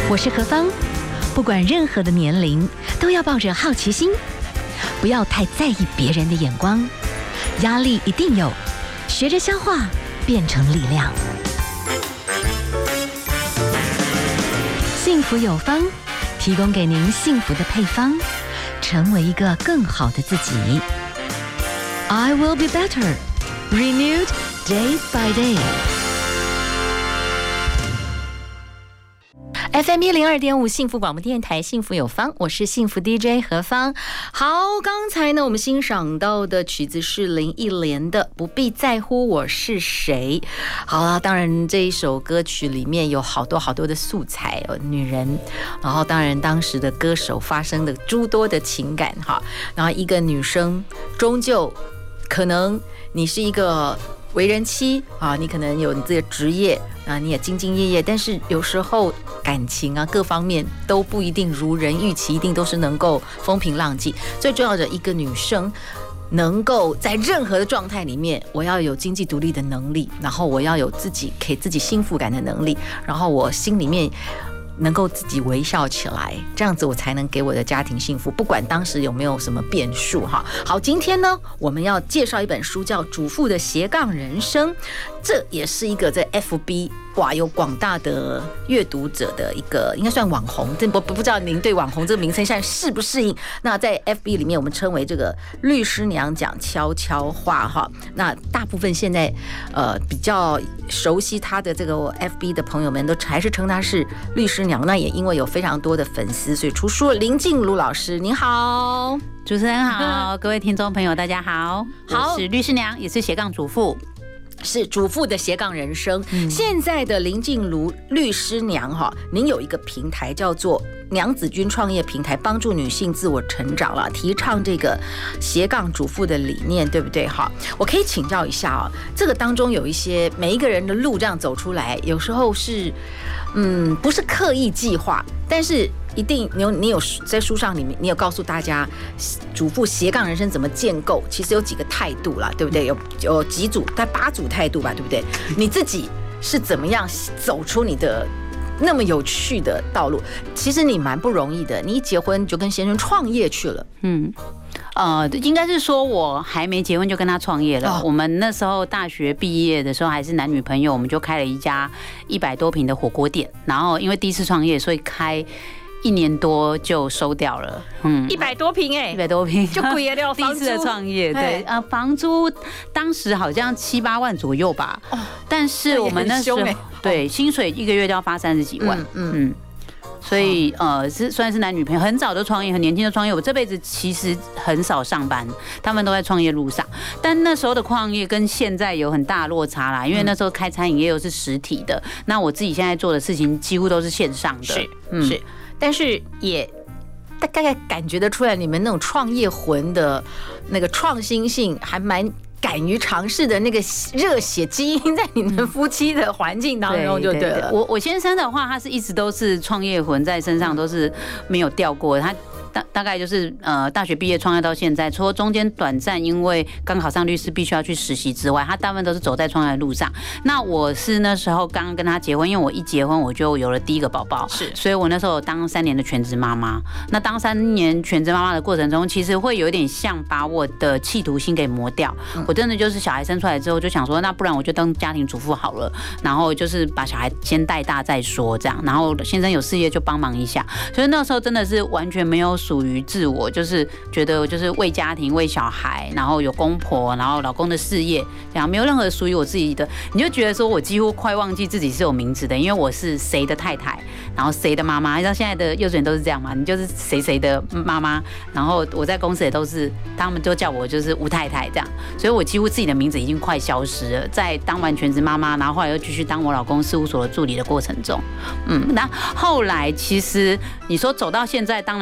我是何芳，不管任何的年龄，都要抱着好奇心，不要太在意别人的眼光，压力一定有，学着消化，变成力量。幸福有方，提供给您幸福的配方，成为一个更好的自己。I will be better, renewed day by day。FM 102.5幸福广播电台，幸福有方，我是幸福 DJ 何芳。好，刚才呢，我们欣赏到的曲子是林忆莲的《不必在乎我是谁》。好了，当然这一首歌曲里面有好多好多的素材哦，女人，然后当然当时的歌手发生的诸多的情感哈，然后一个女生终究可能你是一个为人妻啊，你可能有你自己的职业啊，你也兢兢业业，但是有时候感情啊各方面都不一定如人预期，一定都是能够风平浪静。最重要的一个女生能够在任何的状态里面，我要有经济独立的能力，然后我要有自己给自己幸福感的能力，然后我心里面能够自己微笑起来，这样子我才能给我的家庭幸福，不管当时有没有什么变数哈。好，今天呢，我们要介绍一本书，叫《主妇的斜杠人生》，这也是一个在 FB 哇有广大的阅读者的一个，应该算网红。不知道您对网红这个名称现在适不适应？那在 FB 里面，我们称为这个律师娘讲悄悄话哈。那大部分现在比较熟悉他的这个 FB 的朋友们，都还是称他是律师娘。那也因为有非常多的粉丝，所以出书了。林静茹老师，您好。 主持人好，各位听众朋友大家好，我是律师娘，也是斜杠主妇， 是主妇的斜杠人生。现在的林静茹律师娘哈，您有一个平台叫做娘子军创业平台，帮助女性自我成长了，提倡这个斜杠主妇的理念，对不对？哈，我可以请教一下啊，这个当中有一些每一个人的路这样走出来，有时候是不是刻意计划，但是一定你有在书上里面你有告诉大家主妇斜杠人生怎么建构，其实有几个态度啦，对不对？有几组，大概8组态度吧，对不对？你自己是怎么样走出你的那么有趣的道路？其实你蛮不容易的，你一结婚就跟先生创业去了。 应该是说我还没结婚就跟他创业了。我们那时候大学毕业的时候还是男女朋友，我们就开了一家100多坪的火锅店。然后因为第一次创业，所以开1年多就收掉了。 100多坪 100多坪就贵了。 第一次的创业，对房租当时好像7、8万左右吧。但是我们那时候对薪水1个月都要发30几万。所以算是男女朋友，很早就创业，很年轻就创业。我这辈子其实很少上班，他们都在创业路上。但那时候的创业跟现在有很大落差啦，因为那时候开餐饮业又是实体的，那我自己现在做的事情几乎都是线上的。 是，但是也大概感觉得出来，你们那种创业魂的那个创新性还蛮。敢于尝试的那个热血基因，在你们夫妻的环境当中就对了。 我先生的话，他是一直都是创业魂在身上，都是没有掉过。他大概就是大学毕业创业到现在，除了中间短暂因为刚考上律师必须要去实习之外，他大部分都是走在创业的路上。那我是那时候刚刚跟他结婚，因为我一结婚我就有了第一个宝宝，所以我那时候当3年的全职妈妈。那当3年全职妈妈的过程中，其实会有点像把我的企图心给磨掉。我真的就是小孩生出来之后就想说，那不然我就当家庭主妇好了，然后就是把小孩先带大再说这样，然后先生有事业就帮忙一下。所以那时候真的是完全没有属于自我，就是觉得就是为家庭为小孩，然后有公婆，然后老公的事业，这样没有任何属于我自己的。你就觉得说我几乎快忘记自己是有名字的，因为我是谁的太太，然后谁的妈妈。你知道现在的幼稚园都是这样嘛？你就是谁的妈妈，然后我在公司也都是，他们都叫我就是吴太太这样。所以我几乎自己的名字已经快消失了，在当完全职妈妈，然后后来又继续当我老公事务所的助理的过程中，那后来其实你说走到现在，当然一定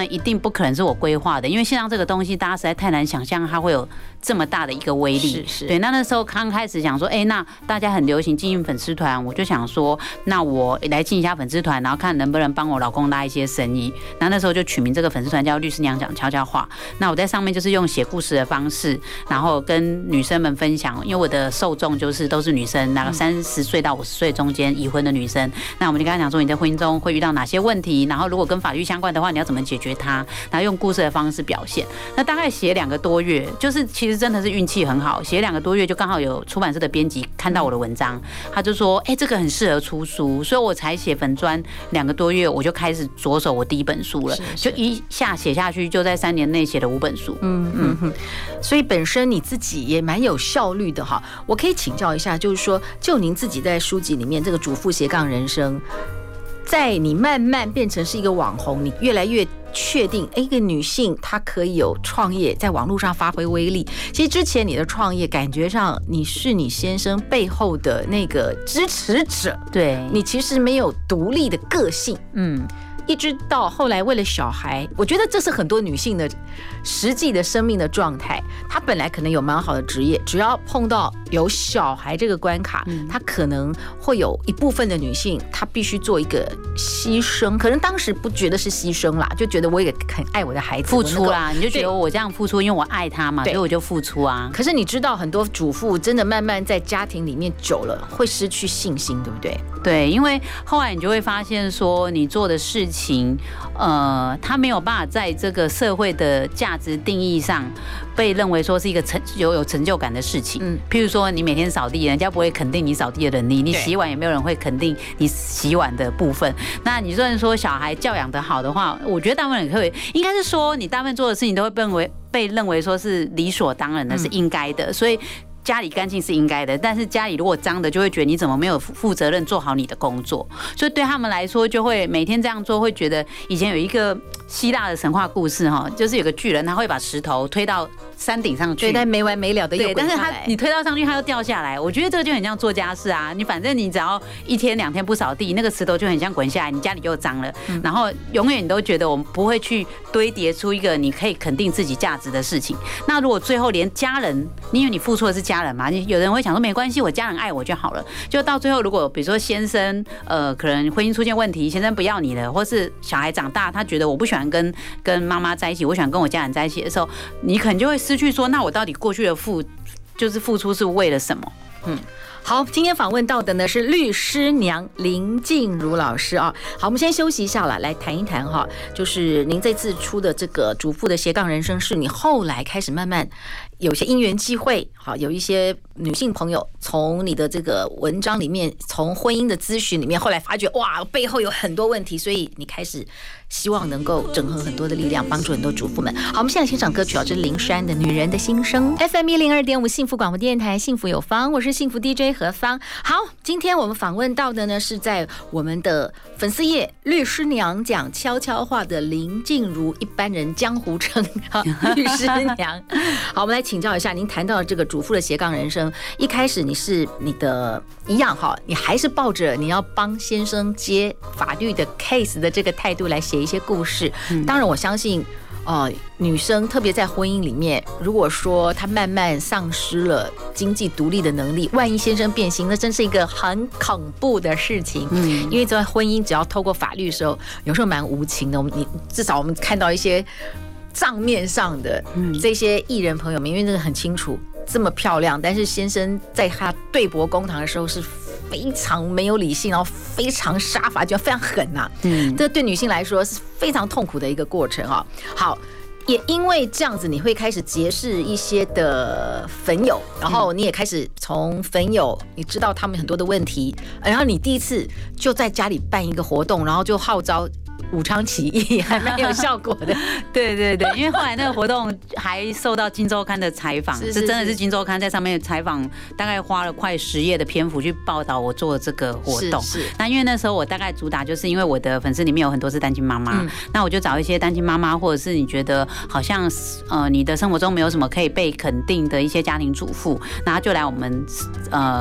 不可能是我规划的，因为线上这个东西大家实在太难想象它会有这么大的一个威力。 是。 对，那时候刚开始想说，那大家很流行经营粉丝团，我就想说，那我来进一下粉丝团，然后看能不能帮我老公拉一些生意。那时候就取名这个粉丝团叫律师娘讲悄悄话。那我在上面就是用写故事的方式，然后跟女生们分享，因为我的受众就是都是女生，那个30岁到50岁中间已婚的女生。那我们就跟她讲说，你在婚姻中会遇到哪些问题，然后如果跟法律相关的话，你要怎么解决它，然后用故事的方式表现。那大概写2个多月，就是其实真的是运气很好，写2个多月就刚好有出版社的编辑看到我的文章，他就说，这个很适合出书，所以我才写粉专2个多月，我就开始着手我第1本书了，就一下写下去，就在3年内写了5本书。 所以本身你自己也蛮有效率的哈。我可以请教一下，就是说，就您自己在书籍里面这个主妇斜杠人生，在你慢慢变成是一个网红，你越来越确定，一个女性她可以有创业，在网络上发挥威力。其实之前你的创业，感觉上你是你先生背后的那个支持者， 对， 你其实没有独立的个性，一直到后来为了小孩，我觉得这是很多女性的实际的生命的状态。她本来可能有蛮好的职业，只要碰到有小孩这个关卡，她可能会有一部分的女性，她必须做一个牺牲。可能当时不觉得是牺牲啦，就觉得我也很爱我的孩子， 付出啦，你就觉得我这样付出，因为我爱他嘛，所以我就付出啊。 可是你知道，很多主妇真的慢慢在家庭里面久了，会失去信心，对不对？ 对，因为后来你就会发现说，你做的事情，他没有办法在这个社会的价值定义上被认为说是一个有成就感的事情。譬如说你每天扫地，人家不会肯定你扫地的能力；你洗碗，也没有人会肯定你洗碗的部分。那你虽然说小孩教养得好的话，我觉得大部分人可以，应该是说你大部分做的事情都会被认为说是理所当然的，是应该的，所以。家里干净是应该的，但是家里如果脏的，就会觉得你怎么没有负责任做好你的工作，所以对他们来说，就会每天这样做，会觉得以前有一个希腊的神话故事哈，就是有个巨人，他会把石头推到山顶上去， 对，但没完没了的又滚下来， 但是你推到上去，它又掉下来。我觉得这个就很像做家事啊，你反正你只要1天2天不扫地，那个石头就很像滚下来，你家里又脏了，然后永远你都觉得我们不会去堆叠出一个你可以肯定自己价值的事情。那如果最后连家人，因为你付出的是家人嘛，有人会想说没关系，我家人爱我就好了。就到最后，如果比如说先生可能婚姻出现问题，先生不要你了，或是小孩长大，他觉得我不喜欢跟妈妈在一起，我喜欢跟我家人在一起的时候，你可能就会失去说，那我到底过去的付出是为了什么？ 好，今天访问到的呢是律师娘林静茹老师啊。好，我们先休息一下了，来谈一谈哈，就是您这次出的这个主妇的斜杠人生，是你后来开始慢慢有些因缘际会，好，有一些女性朋友从你的这个文章里面，从婚姻的咨询里面，后来发觉哇，背后有很多问题，所以你开始希望能够整合很多的力量，帮助很多主妇们。好，我们现在欣赏歌曲啊，这是林珊的《女人的心声》，FM 102.5幸福广播电台，幸福有方，我是幸福 DJ 何芳。好，今天我们访问到的呢，是在我们的粉丝页律师娘讲悄悄话的林静茹，一般人江湖称律师娘。好，我们来请教一下，您谈到这个主妇的斜杠人生，一开始你的一样哈，你还是抱着你要帮先生接法律的 case 的这个态度来写一些故事。当然，我相信。女生特别在婚姻里面，如果说她慢慢丧失了经济独立的能力，万一先生变心，那真是一个很恐怖的事情。因为在婚姻只要透过法律的时候，有时候蛮无情的。至少我们看到一些账面上的这些艺人朋友们，因为真的很清楚，这么漂亮，但是先生在他对簿公堂的时候是非常没有理性，然后非常杀伐，就非常狠呐。这对女性来说是非常痛苦的一个过程啊。好，也因为这样子，你会开始结识一些的粉友，然后你也开始从粉友，你知道他们很多的问题，然后你第一次就在家里办一个活动，然后就号召武昌起义，还蛮有效果的。 对对对，因为后来那个活动还受到《金周刊》的采访，是真的是《金周刊》在上面采访，大概花了快10页的篇幅去报道我做这个活动。那因为那时候我大概主打就是因为我的粉丝里面有很多是单亲妈妈，那我就找一些单亲妈妈，或者是你觉得好像你的生活中没有什么可以被肯定的一些家庭主妇，然后就来我们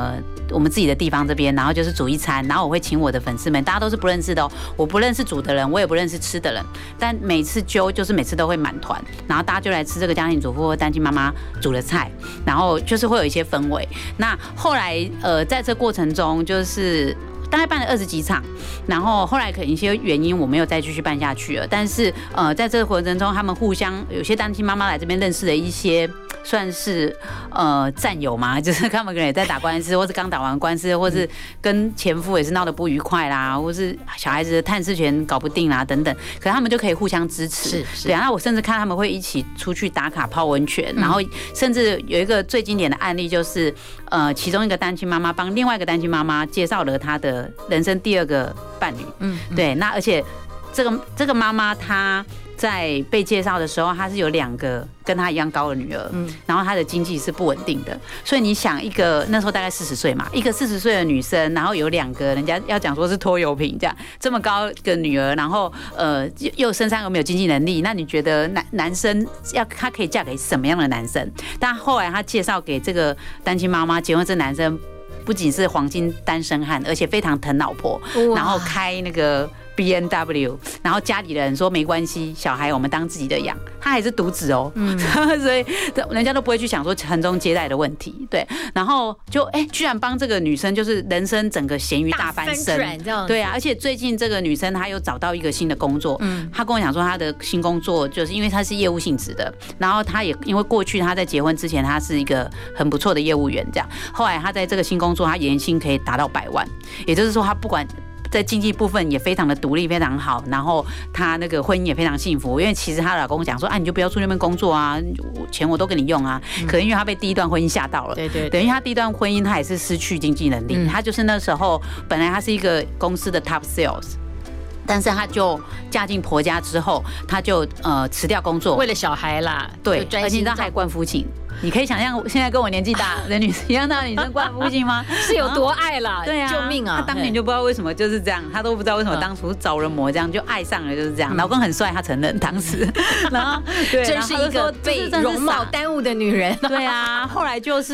我们自己的地方这边，然后就是煮一餐，然后我会请我的粉丝们，大家都是不认识的哦，我不认识煮的人，我也不认识吃的人，但每次就是每次都会满团，然后大家就来吃这个家庭主妇或单亲妈妈煮的菜，然后就是会有一些氛围。那后来在这过程中就是大概办了20几场，然后后来可能一些原因我没有再继续办下去了。但是在这个过程中，他们互相有些单亲妈妈来这边认识了一些算是战友嘛，就是他们可能也在打官司，或是刚打完官司，或是跟前夫也是闹得不愉快啦，或是小孩子的探视权搞不定啦等等，可是他们就可以互相支持。对啊，那我甚至看他们会一起出去打卡泡温泉，然后甚至有一个最经典的案例就是其中一个单亲妈妈帮另外一个单亲妈妈介绍了她的人生第2个伴侣。对，那而且这个妈妈她在被介绍的时候，她是有2个跟她一样高的女儿，然后她的经济是不稳定的，所以你想一个那时候大概40岁嘛，一个40岁的女生，然后有2个人家要讲说是拖油瓶这么高的女儿，然后又身上又没有经济能力，那你觉得男生她可以嫁给什么样的男生？但后来她介绍给这个单亲妈妈结婚，这男生不仅是黄金单身汉，而且非常疼老婆，然后开那个BMW， 然后家里的人说没关系，小孩我们当自己的养，他还是独子哦，所以人家都不会去想说传宗接代的问题，对，然后就居然帮这个女生就是人生整个咸鱼大翻身，对啊，而且最近这个女生她又找到一个新的工作，她跟我讲说她的新工作就是因为她是业务性质的，然后她也因为过去她在结婚之前她是一个很不错的业务员，这样，后来她在这个新工作她年薪可以达到100万，也就是说她不管在经济部分也非常的独立，非常好，然后她那个婚姻也非常幸福，因为其实她老公讲说，你就不要出那边工作啊，钱我都给你用啊。可能因为她被第一段婚姻吓到了，对，等于她第一段婚姻她也是失去经济能力，她就是那时候本来她是一个公司的 top sales。但是她就嫁进婆家之后，她就辞掉工作， 为了小孩啦， 对，而且你知道还冠夫情。你可以想象现在跟我年纪大的女生一样大的女生冠夫情吗？ 是有多爱啦？ 对啊， 救命啊！ 她当年就不知道为什么就是这样，她都不知道为什么当初着了魔这样就爱上了，就是这样。老公很帅，她承认当时，然后对， 真是一个被容貌耽误的女人。 对啊，后来就是。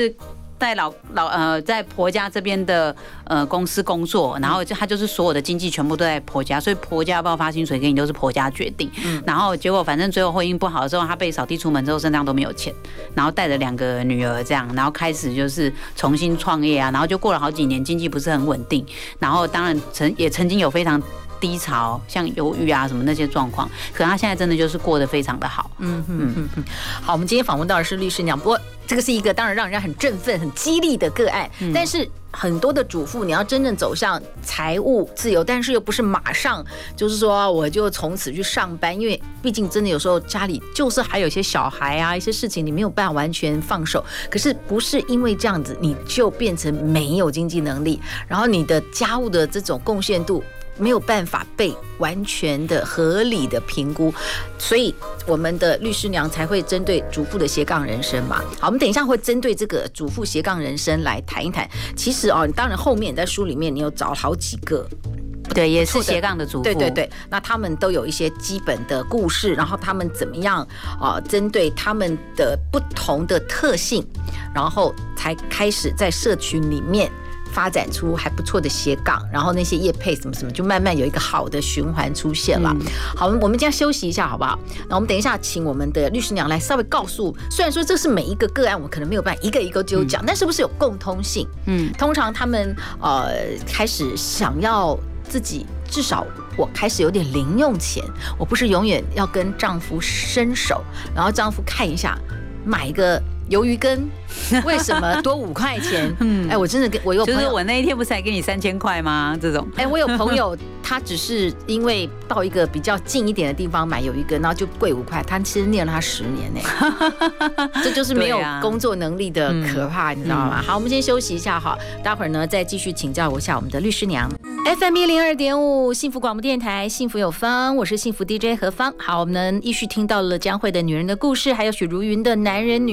在婆家这边的公司工作，然后他就是所有的经济全部都在婆家，所以婆家要不要发薪水给你都是婆家决定。然后结果反正最后婚姻不好的时候，他被扫地出门之后身上都没有钱，然后带着2个女儿这样，然后开始就是重新创业啊，然后就过了好几年，经济不是很稳定，然后当然也曾经有非常低潮，像忧郁啊什么那些状况，可能他现在真的就是过得非常的好。 好，我们今天访问到的是律师娘，不过这个是一个当然让人家很振奋、很激励的个案，但是很多的主妇，你要真正走向财务自由，但是又不是马上就是说我就从此去上班，因为毕竟真的有时候家里就是还有一些小孩啊，一些事情你没有办法完全放手。可是不是因为这样子你就变成没有经济能力，然后你的家务的这种贡献度没有办法被完全的合理的评估，所以我们的律师娘才会针对主妇的斜杠人生嘛。好，我们等一下会针对这个主妇斜杠人生来谈一谈。其实当然后面在书里面你有找好几个。 对，也是斜杠的主妇。 对，那他们都有一些基本的故事，然后他们怎么样针对他们的不同的特性，然后才开始在社群里面发展出还不错的斜杠，然后那些业配什么什么，就慢慢有一个好的循环出现了。好，我们今天休息一下好不好？那我们等一下请我们的律师娘来稍微告诉，虽然说这是每一个个案我可能没有办法一个一个就讲，但是不是有共通性？通常他们开始想要自己，至少我开始有点零用钱，我不是永远要跟丈夫伸手，然后丈夫看一下买一个鱿鱼羹，为什么多5块钱？我真的我有朋友， 就是我那一天不是还给你3000块吗？这种， 我有朋友，他只是因为到一个比较近一点的地方买鱿鱼羹，然后就贵5块，他其实念了他10年呢，这就是没有工作能力的可怕，你知道吗？好，我们先休息一下哈，待会儿呢再继续请教一下我们的律师娘。FM 102.5幸福广播电台，幸福有方，我是幸福 DJ 何芳。好，我们依序听到了江蕙的女人的故事，还有许茹芸的男人女人。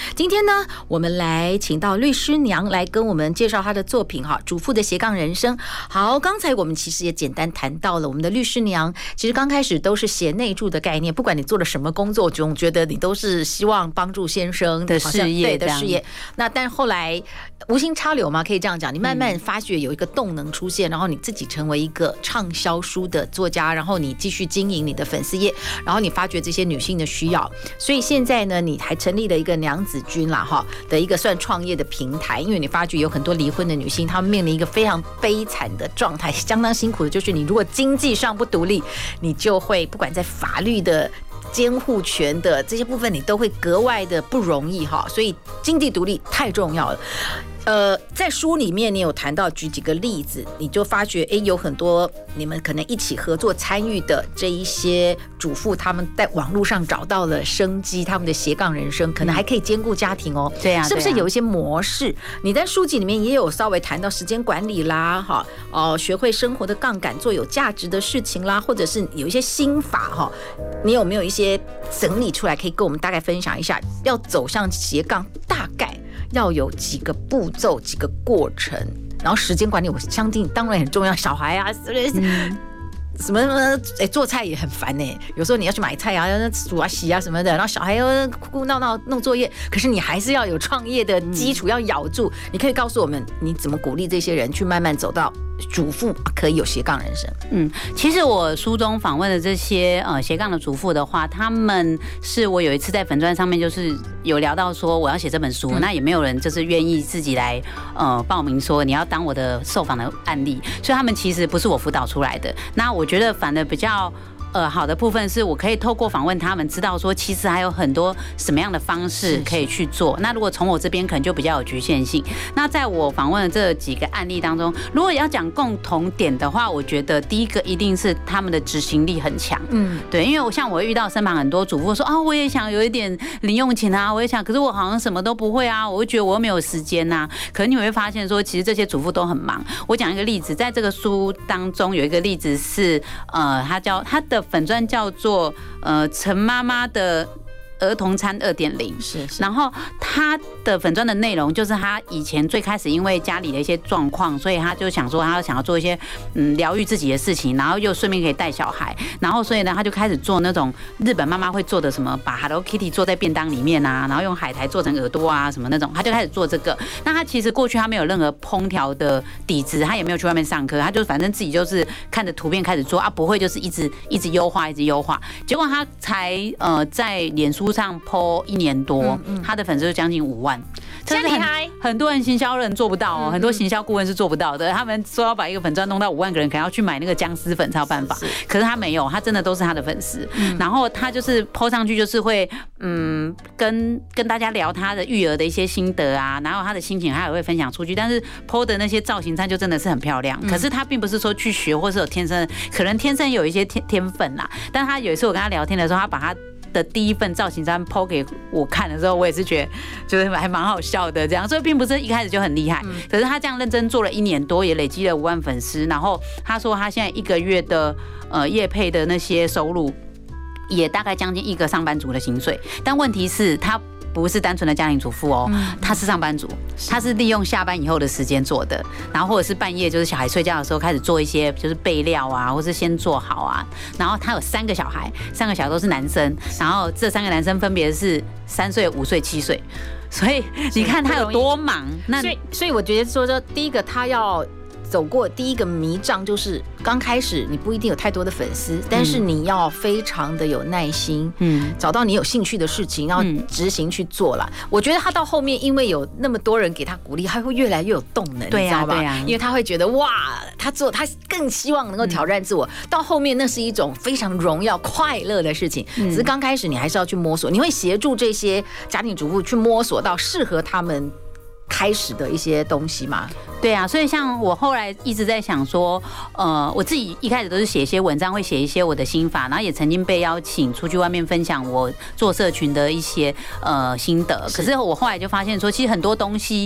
今天呢，我们来请到律师娘来跟我们介绍她的作品哈，《主妇的斜杠人生》。好，刚才我们其实也简单谈到了我们的律师娘，其实刚开始都是写内助的概念，不管你做了什么工作，总觉得你都是希望帮助先生的事业， 对的事业。那但后来无心插柳嘛，可以这样讲，你慢慢发觉有一个动能出现，然后你自己成为一个畅销书的作家，然后你继续经营你的粉丝页，然后你发觉这些女性的需要，所以现在呢，你还成立了一个娘子军啦哈的一个算创业的平台，因为你发觉有很多离婚的女性，她们面临一个非常悲惨的状态，相当辛苦的，就是你如果经济上不独立，你就会不管在法律的监护权的这些部分，你都会格外的不容易哈，所以经济独立太重要了。在书里面你有谈到，举几个例子，你就发觉有很多你们可能一起合作参与的这一些主妇，他们在网络上找到了生机，他们的斜杠人生可能还可以兼顾家庭哦。 对啊， 是不是有一些模式？你在书籍里面也有稍微谈到时间管理啦，哈，学会生活的杠杆，做有价值的事情啦，或者是有一些心法哈，你有没有一些整理出来，可以跟我们大概分享一下？要走向斜杠，大概要有几个步骤、几个过程，然后时间管理，我相信当然很重要。小孩啊，什么做菜也很烦呢。有时候你要去买菜啊，要煮啊、洗啊什么的，然后小孩要哭哭闹闹弄作业，可是你还是要有创业的基础，要咬住。你可以告诉我们，你怎么鼓励这些人去慢慢走到主妇可以有斜杠人生？ 其实我书中访问的这些斜杠的主妇的话，他们是我有一次在粉专上面就是有聊到说我要写这本书，那也没有人就是愿意自己来报名说你要当我的受访的案例，所以他们其实不是我辅导出来的。那我觉得反而比较好的部分是我可以透过访问他们，知道说其实还有很多什么样的方式可以去做。那如果从我这边可能就比较有局限性。那在我访问的这几个案例当中，如果要讲共同点的话，我觉得第一个一定是他们的执行力很强。对，因为我会遇到身旁很多主妇说我也想有一点零用钱啊，我也想，可是我好像什么都不会啊，我会觉得我又没有时间啊。可是你会发现说，其实这些主妇都很忙。我讲一个例子，在这个书当中有一个例子是他的粉专叫做陈妈妈的儿童餐2.0，然后他的粉专的内容就是他以前最开始因为家里的一些状况，所以他就想说他想要做一些疗愈自己的事情，然后又顺便可以带小孩，然后所以呢他就开始做那种日本妈妈会做的什么，把 Hello Kitty 做在便当里面啊，然后用海苔做成耳朵啊什么那种，他就开始做这个。那他其实过去他没有任何烹调的底子，他也没有去外面上课，他就反正自己就是看着图片开始做啊，不会就是一直优化，一直优化。结果他才在脸书上 po 1年多，他的粉丝就将近5万， 真厉害。 很多人行销人做不到哦，很多行销顾问是做不到的。他们说要把一个粉专弄到5万个人，可能要去买那个姜丝粉才有办法。可是他没有，他真的都是他的粉丝。然后他就是 po 上去，就是会跟大家聊他的育儿的一些心得啊，然后他的心情他也会分享出去。但是 po 的那些造型餐就真的是很漂亮。可是他并不是说去学，或是有天生，可能天生有一些天分啦。但他有一次我跟他聊天的时候，他把他的第一份造型餐 po 给我看的时候，我也是觉得就是还蛮好笑的这样，所以并不是一开始就很厉害，可是他这样认真做了1年多，也累积了5万粉丝。然后他说他现在1个月的业配的那些收入，也大概将近一个上班族的薪水。但问题是他不是单纯的家庭主妇哦，他是上班族，他是利用下班以后的时间做的，然后或者是半夜就是小孩睡觉的时候开始做一些就是备料啊，或是先做好啊。然后他有3个小孩，3个小孩都是男生，然后这3个男生分别是3岁、5岁、7岁，所以你看他有多忙。那所以我觉得说第一个他要走过第一个迷障，就是刚开始你不一定有太多的粉丝，但是你要非常的有耐心，找到你有兴趣的事情，然后执行去做啦。我觉得他到后面，因为有那么多人给他鼓励，他会越来越有动能， 对呀， 你知道吧？ 对呀， 因为他会觉得哇，他更希望能够挑战自我。到后面那是一种非常荣耀、快乐的事情。只是刚开始你还是要去摸索，你会协助这些家庭主妇去摸索到适合他们开始的一些东西吗？ 对啊，所以像我后来一直在想说，我自己一开始都是写一些文章，会写一些我的心法，然后也曾经被邀请出去外面分享我做社群的一些心得。可是我后来就发现说，其实很多东西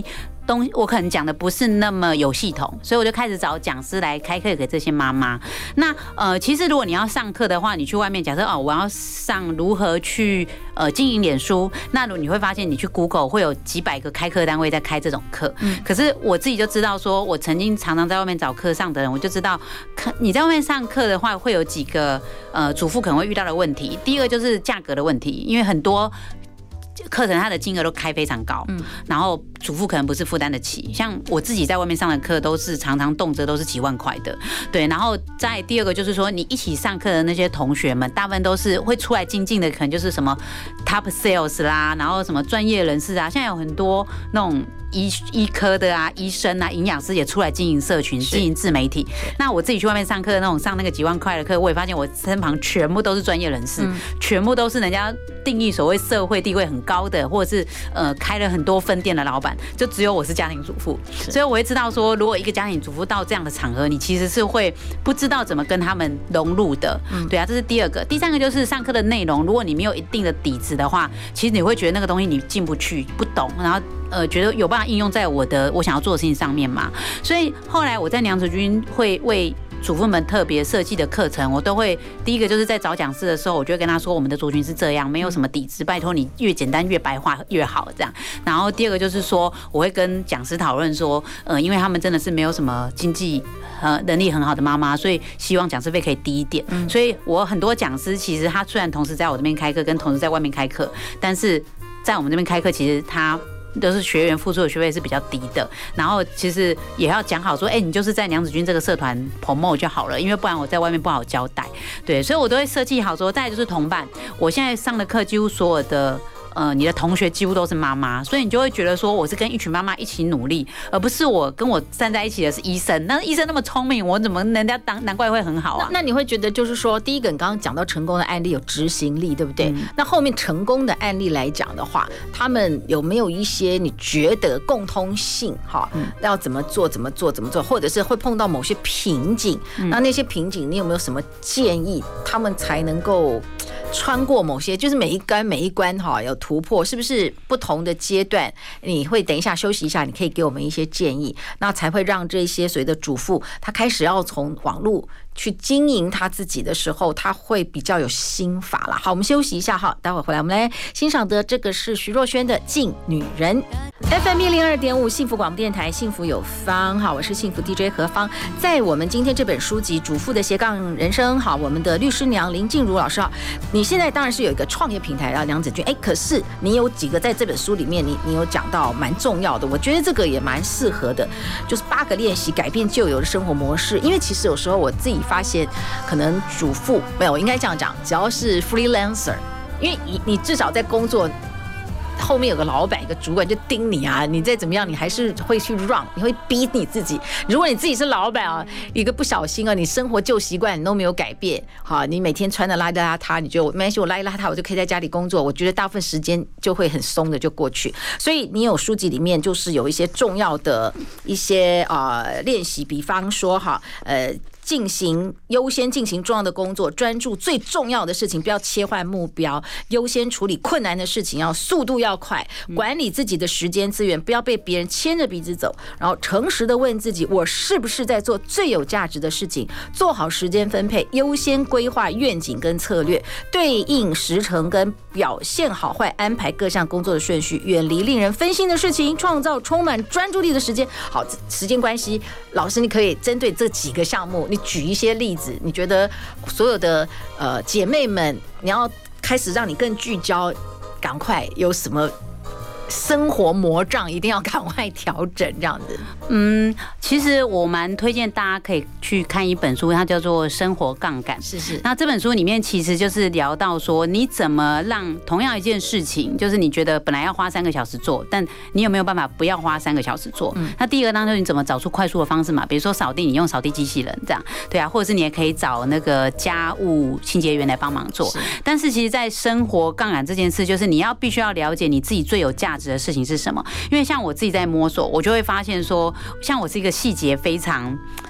我可能讲的不是那么有系统，所以我就开始找讲师来开课给这些妈妈。那其实如果你要上课的话，你去外面假设我要上如何去经营脸书，那你会发现你去 Google 会有几百个开课单位在开这种课。可是我自己就知道说，我曾经常常在外面找课上的人，我就知道你在外面上课的话，会有几个主妇可能会遇到的问题。第一个就是价格的问题，因为很多课程它的金额都开非常高，然后主妇可能不是负担得起。像我自己在外面上的课，都是常常动辄都是几万块的，对。然后再第二个就是说，你一起上课的那些同学们，大部分都是会出来精进的，可能就是什么 top sales 啦，然后什么专业人士啊，现在有很多那种医科的啊、医生啊、营养师也出来经营社群、经营自媒体。那我自己去外面上课的那种上那个几万块的课，我也发现我身旁全部都是专业人士，全部都是人家定义所谓社会地位很高的，或者是开了很多分店的老板，就只有我是家庭主妇。所以我会知道说，如果一个家庭主妇到这样的场合，你其实是会不知道怎么跟他们融入的。对啊，这是第二个。第三个就是上课的内容，如果你没有一定的底子的话，其实你会觉得那个东西你进不去、不懂，然后觉得有办法应用在我想要做的事情上面嘛。所以后来我在娘子军会为主妇们特别设计的课程，我都会第一个就是在找讲师的时候，我就会跟他说，我们的族群是这样，没有什么底子，拜托你越简单越白话越好这样。然后第二个就是说，我会跟讲师讨论说，因为他们真的是没有什么经济能力很好的妈妈，所以希望讲师费可以低一点。所以我很多讲师其实他虽然同时在我这边开课，跟同时在外面开课，但是在我们这边开课，其实他都是学员付出的学费是比较低的，然后其实也要讲好说，你就是在娘子军这个社团 promote 就好了，因为不然我在外面不好交代。对，所以我都会设计好说，再来就是同伴，我现在上的课几乎所有的你的同学几乎都是妈妈，所以你就会觉得说我是跟一群妈妈一起努力，而不是我跟我站在一起的是医生。那医生那么聪明，我怎么人家难怪会很好啊？ 那你会觉得就是说，第一个你刚刚讲到成功的案例有执行力，对不对？那后面成功的案例来讲的话，他们有没有一些你觉得共通性？要怎么做，或者是会碰到某些瓶颈？那些瓶颈你有没有什么建议，他们才能够穿过某些，就是每一关有突破，是不是不同的阶段？你会等一下休息一下，你可以给我们一些建议，那才会让这些所谓的主妇，她开始要从网络去经营她自己的时候，她会比较有心法了。好，我们休息一下哈，待会回来我们来欣赏的这个是徐若瑄的《敬女人》。FM 102.5幸福广播电台，幸福有方。好，我是幸福 DJ 何芳。在我们今天这本书籍《主妇的斜杠人生》，好，我们的律师娘林静茹老师，你现在当然是有一个创业平台啊，娘子军。可是你有几个在这本书里面，你有讲到蛮重要的，我觉得这个也蛮适合的，就是8个练习改变旧有的生活模式。因为其实有时候我自己发现，可能主妇没有，我应该这样讲，只要是 freelancer， 因为你至少在工作后面有个老板、一个主管就盯你啊，你再怎么样，你还是会去 run， 你会逼你自己。如果你自己是老板啊，一个不小心啊，你生活旧习惯你都没有改变，好，你每天穿的邋里邋遢，你就没关系，我邋里邋遢，我就可以在家里工作。我觉得大部分时间就会很松的就过去。所以你有书籍里面就是有一些重要的一些练习，比方说优先进行重要的工作，专注最重要的事情，不要切换目标，优先处理困难的事情，要速度要快，管理自己的时间资源，不要被别人牵着鼻子走，然后诚实的问自己，我是不是在做最有价值的事情，做好时间分配，优先规划愿景跟策略，对应时程跟表现好坏，安排各项工作的顺序，远离令人分心的事情，创造充满专注力的时间。好，时间关系，老师你可以针对这几个项目，你举一些例子，你觉得所有的姐妹们，你要开始让你更聚焦，赶快有什么生活魔杖一定要赶快调整这样子？ 其实我蛮推荐大家可以去看一本书，它叫做《生活杠杆》。 是。 那这本书里面其实就是聊到说，你怎么让同样一件事情，就是你觉得本来要花3个小时做，但你有没有办法不要花3个小时做？那第一个当然就是你怎么找出快速的方式嘛，比如说扫地，你用扫地机器人这样，对啊，或者是你也可以找那个家务清洁员来帮忙做。但是其实，在生活杠杆这件事，就是你必须要了解你自己最有价值的事情是什么。因为像我自己在摸索，我就会发现说，像我是一个细节非常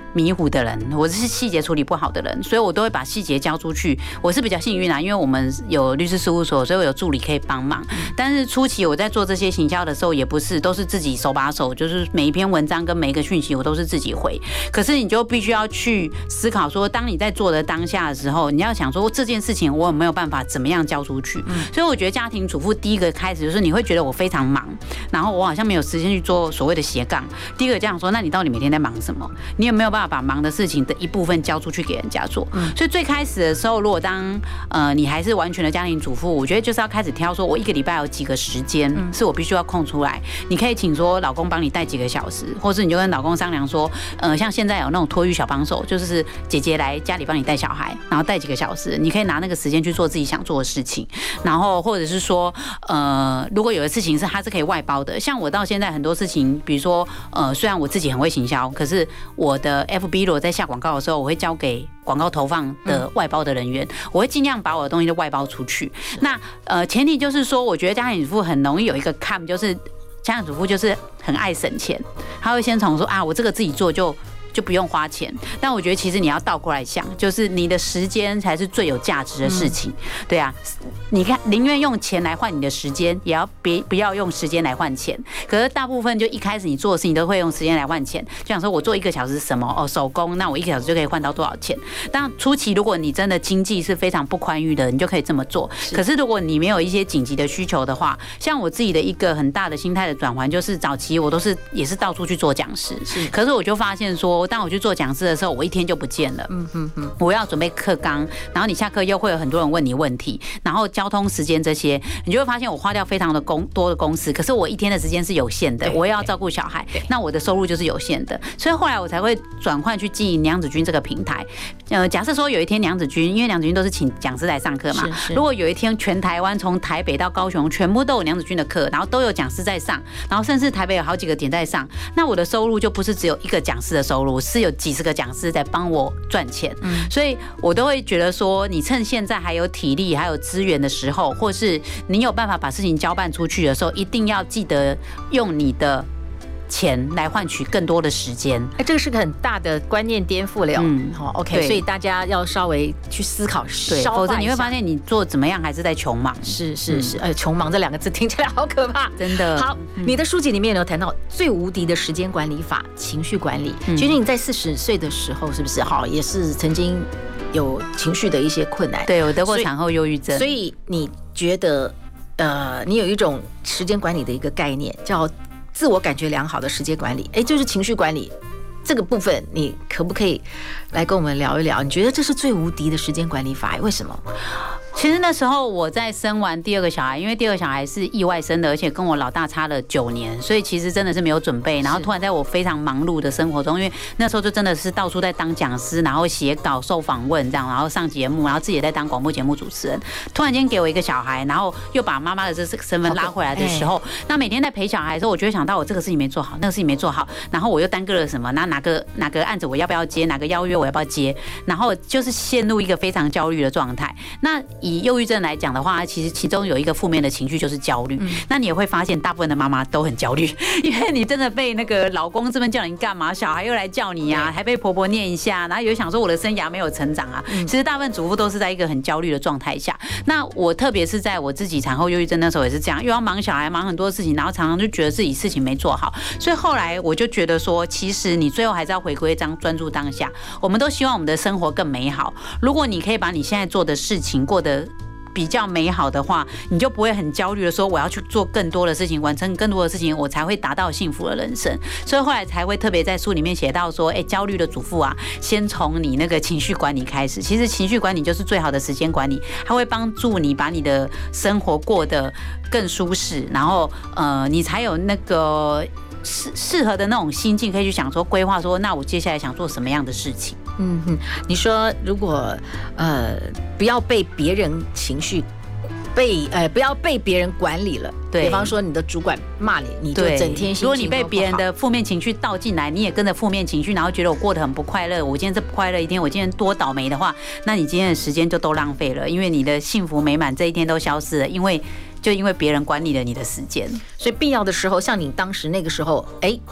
迷糊的人，我是细节处理不好的人，所以我都会把细节交出去。我是比较幸运啊，因为我们有律师事务所，所以我有助理可以帮忙。但是初期我在做这些行销的时候，也不是都是自己手把手，就是每一篇文章跟每一个讯息我都是自己回。可是你就必须要去思考说，当你在做的当下的时候，你要想说这件事情我有没有办法怎么样交出去。所以我觉得家庭主妇第一个开始就是你会觉得我非常忙，然后我好像没有时间去做所谓的斜杠。第一个这样说，那你到底每天在忙什么？你有没有办法把忙的事情的一部分交出去给人家做？所以最开始的时候，如果当你还是完全的家庭主妇，我觉得就是要开始挑说，我一个礼拜有几个时间是我必须要空出来。你可以请说老公帮你带几个小时，或是你就跟老公商量说，像现在有那种托育小帮手，就是姐姐来家里帮你带小孩，然后带几个小时，你可以拿那个时间去做自己想做的事情。然后或者是说，如果有的事情是它是可以外包的，像我到现在很多事情，比如说虽然我自己很会行销，可是我的 FB 如果在下广告的时候，我会交给广告投放的外包的人员，我会尽量把我的东西都外包出去。那前提就是说，我觉得家庭主妇很容易有一个看，就是家庭主妇就是很爱省钱，他会先从说啊，我这个自己做就不用花钱。但我觉得其实你要倒过来想，就是你的时间才是最有价值的事情。对啊，你看宁愿用钱来换你的时间，也要不要用时间来换钱。可是大部分就一开始你做的事情都会用时间来换钱，就想说我做1个小时什么手工，那我1个小时就可以换到多少钱。但初期如果你真的经济是非常不宽裕的，你就可以这么做。可是如果你没有一些紧急的需求的话，像我自己的一个很大的心态的转换，就是早期我也是到处去做讲师，可是我就发现说，当我去做讲师的时候，我一天就不见了。我要准备课纲，然后你下课又会有很多人问你问题，然后交通时间这些，你就会发现我花掉非常的多的公司，可是我一天的时间是有限的，我也要照顾小孩，那我的收入就是有限的，所以后来我才会转换去经营娘子军这个平台。假设说有一天娘子军，因为娘子军都是请讲师来上课嘛，如果有一天全台湾从台北到高雄全部都有娘子军的课，然后都有讲师在上，然后甚至台北有好几个点在上，那我的收入就不是只有1个讲师的收入，是有几10个讲师在帮我赚钱。所以我都会觉得说，你趁现在还有体力还有资源的时候，或是你有办法把事情交办出去的时候，一定要记得用你的钱来换取更多的时间。 这个是个很大的观念颠覆了。OK， 所以大家要稍微去思考， 否则你会发现你做怎么样还是在穷忙。 是，穷忙这2个字听起来好可怕， 真的。 好，你的书籍里面有谈到最无敌的时间管理法——情绪管理。其实你在40岁的时候，是不是也是曾经有情绪的一些困难？ 对，我得过产后忧郁症。 所以你觉得，你有一种时间管理的一个概念，叫自我感觉良好的时间管理，就是情绪管理这个部分，你可不可以来跟我们聊一聊？你觉得这是最无敌的时间管理法，为什么？ 其实那时候我在生完第2个小孩，因为第2个小孩是意外生的，而且跟我老大差了9年，所以其实真的是没有准备。然后突然在我非常忙碌的生活中，因为那时候就真的是到处在当讲师，然后写稿、受访问这样，然后上节目，然后自己也在当广播节目主持人。突然间给我一个小孩，然后又把妈妈的这个身份拉回来的时候，那每天在陪小孩的时候，我就会想到我这个事情没做好，那个事情没做好，然后我又耽搁了什么？那哪个案子我要不要接？哪个邀约我要不要接？然后就是陷入一个非常焦虑的状态。那以忧郁症来讲的话，其实其中有一个负面的情绪就是焦虑。那你也会发现，大部分的妈妈都很焦虑，因为你真的被那个老公这边叫你干嘛，小孩又来叫你啊，还被婆婆念一下，然后有想说我的生涯没有成长啊。其实大部分主妇都是在一个很焦虑的状态下。那我特别是在我自己产后忧郁症那时候也是这样，又要忙小孩，忙很多事情，然后常常就觉得自己事情没做好。所以后来我就觉得说，其实你最后还是要回归专注当下。我们都希望我们的生活更美好。如果你可以把你现在做的事情过得比较美好的话，你就不会很焦虑的说我要去做更多的事情，完成更多的事情，我才会达到幸福的人生。所以后来才会特别在书里面写到说，焦虑的主妇啊，先从你那个情绪管理开始。其实情绪管理就是最好的时间管理，它会帮助你把你的生活过得更舒适，然后你才有那个适合的那种心境，可以去想说规划说，那我接下来想做什么样的事情。 你说如果不要被别人情绪不要被别人管理了。对，比方说你的主管骂你，你就整天心情都不好。如果你被别人的负面情绪倒进来，你也跟着负面情绪，然后觉得我过得很不快乐，我今天是不快乐一天，我今天多倒霉的话，那你今天的时间就都浪费了，因为你的幸福美满这一天都消失了，因为别人管理了你的时间。所以必要的时候，像你当时那个时候，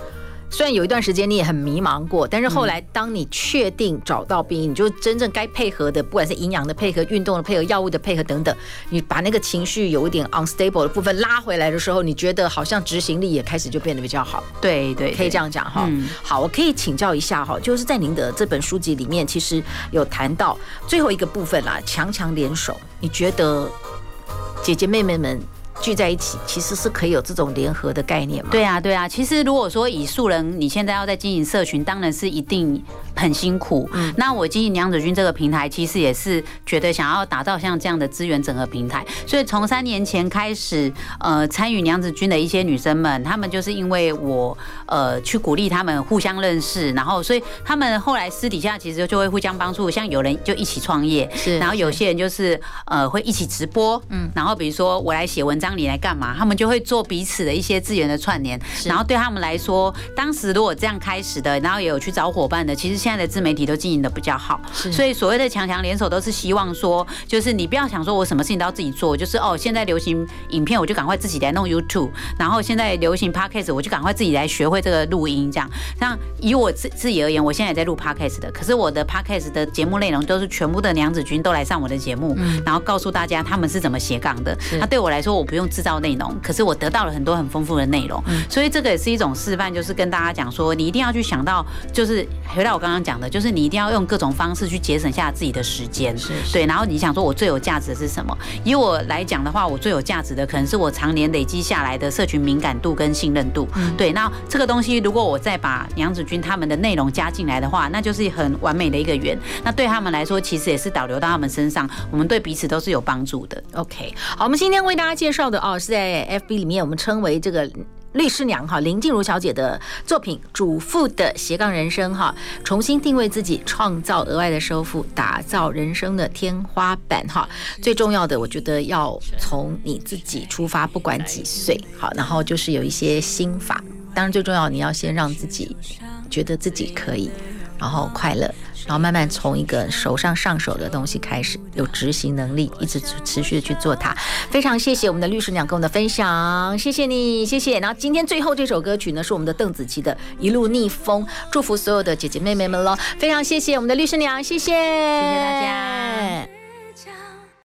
虽然有一段时间你也很迷茫过，但是后来当你确定找到病因，你就真正该配合的，不管是营养的配合、运动的配合、药物的配合等等，你把那个情绪有一点 unstable 的部分拉回来的时候，你觉得好像执行力也开始就变得比较好。 对对， 可以这样讲哈。好，我可以请教一下哈，就是在您的这本书籍里面，其实有谈到最后一个部分啦，强强联手，你觉得姐姐妹妹们聚在一起，其实是可以有这种联合的概念吗？ 对啊，对啊。其实如果说以素人，你现在要在经营社群，当然是一定很辛苦。那我经营娘子军这个平台，其实也是觉得想要打造像这样的资源整合平台。所以从3年前开始，参与娘子军的一些女生们，她们就是因为我去鼓励她们互相认识，然后所以她们后来私底下其实就会互相帮助。像有人就一起创业，然后有些人就是会一起直播，然后比如说我来写文章。你来干嘛？他们就会做彼此的一些资源的串联，然后对他们来说，当时如果这样开始的，然后也有去找伙伴的，其实现在的自媒体都经营的比较好。所以所谓的强强联手，都是希望说，就是你不要想说我什么事情都要自己做，就是现在流行影片，我就赶快自己来弄 YouTube， 然后现在流行 Podcast， 我就赶快自己来学会这个录音，这样。像以我自己而言，我现在也在录 Podcast 的，可是我的 Podcast 的节目内容都是全部的娘子军都来上我的节目，然后告诉大家他们是怎么斜杠的。那对我来说，我不用制造内容，可是我得到了很多很丰富的内容，所以这个也是一种示范，就是跟大家讲说，你一定要去想到，就是回到我刚刚讲的，就是你一定要用各种方式去节省下自己的时间，对，然后你想说我最有价值的是什么？以我来讲的话，我最有价值的可能是我常年累积下来的社群敏感度跟信任度，对，那这个东西如果我再把娘子军他们的内容加进来的话，那就是很完美的一个圆，那对他们来说，其实也是导流到他们身上，我们对彼此都是有帮助的。 OK， 好，我们今天为大家介绍的是在 FB 里面我们称为这个律师娘哈林静茹小姐的作品《主妇的斜杠人生》哈，重新定位自己，创造额外的收入，打造人生的天花板哈。最重要的，我觉得要从你自己出发，不管几岁好，然后就是有一些心法。当然最重要，你要先让自己觉得自己可以，然后快乐。然后慢慢从一个手上上手的东西开始，有执行能力，一直持续的去做它。非常谢谢我们的律师娘跟我们的分享，谢谢你，谢谢。然后今天最后这首歌曲呢，是我们的邓紫棋的《一路逆风》，祝福所有的姐姐妹妹们咯。非常谢谢我们的律师娘，谢谢，谢谢大家。